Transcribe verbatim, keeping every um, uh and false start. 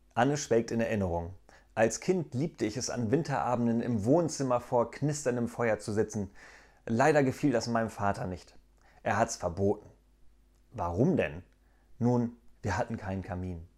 Anne schwelgt in Erinnerung. Als Kind liebte ich es, an Winterabenden im Wohnzimmer vor knisterndem Feuer zu sitzen. Leider gefiel das meinem Vater nicht. Er hat's verboten. Warum denn? Nun, wir hatten keinen Kamin.